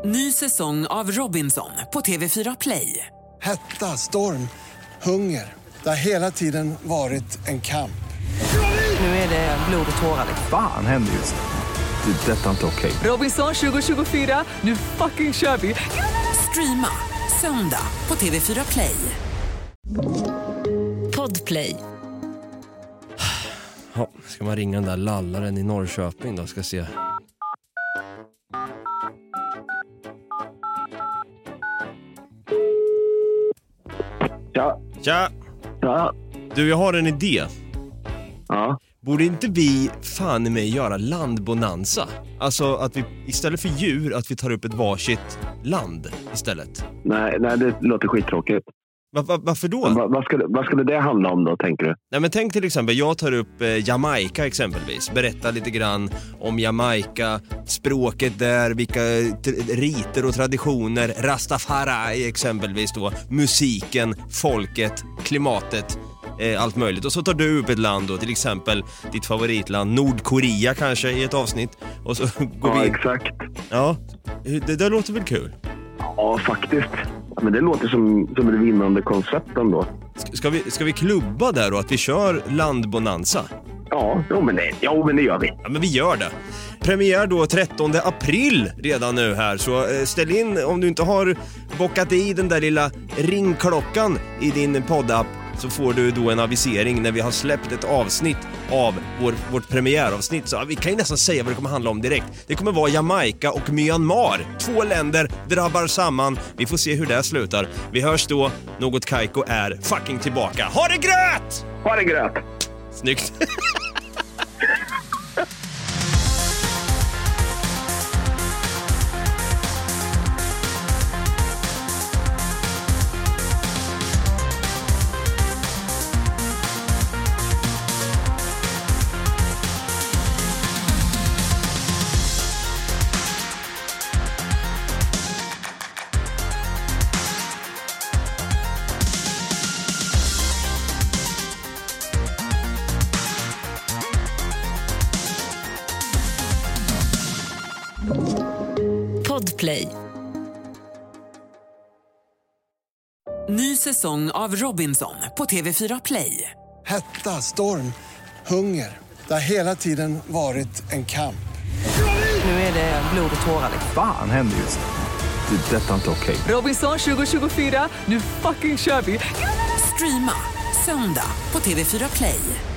Ny säsong av Robinson på TV4 Play. Hetta, storm, hunger. Det har hela tiden varit en kamp. Nu är det blod och tårar. Fan händer just nu. Det. Detta är inte okej. Robinson 2024, nu fucking kör vi. Streama söndag på TV4 Play. Podplay. Ja, ska man ringa den där lallaren i Norrköping då, ska se. Ja. Tja! Ja. Du, jag har en idé. Ja. Borde inte vi fan i mig göra landbonanza? Alltså att vi istället för djur, att vi tar upp ett varsitt land istället. Nej, det låter skittråkigt. Varför då? Vad skulle det handla om då, tänker du? Nej, men tänk till exempel, jag tar upp Jamaica exempelvis. Berätta lite grann om Jamaica, språket där, vilka riter och traditioner, Rastafari exempelvis då, musiken, folket, klimatet, allt möjligt. Och så tar du upp ett land då, till exempel ditt favoritland, Nordkorea kanske, i ett avsnitt. Och så går vi in. Exakt. Ja, det där låter väl kul? Ja, faktiskt. Men det låter som ett vinnande koncept ändå. Ska vi klubba där då, att vi kör landbonanza? Ja, men det gör vi. Ja, men vi gör det. Premiär då 13 april redan nu här. Så ställ in om du inte har bockat i den där lilla ringklockan i din poddapp, så får du då en avisering när vi har släppt ett avsnitt av vårt premiäravsnitt. Så vi kan ju nästan säga vad det kommer handla om direkt. Det kommer vara Jamaica och Myanmar. 2 länder drabbar samman. Vi får se hur det slutar. Vi hörs då. Något Kaiko är fucking tillbaka. Ha det gröt! Ha det gröt! Snyggt. Podplay. Ny säsong av Robinson på TV4 Play. Hetta, storm, hunger. Det har hela tiden varit en kamp. Nu är det blod och tårar. Fan händer just nu. Det. Detta är inte okej. Robinson 2024, nu fucking kör vi. Streama söndag på TV4 Play.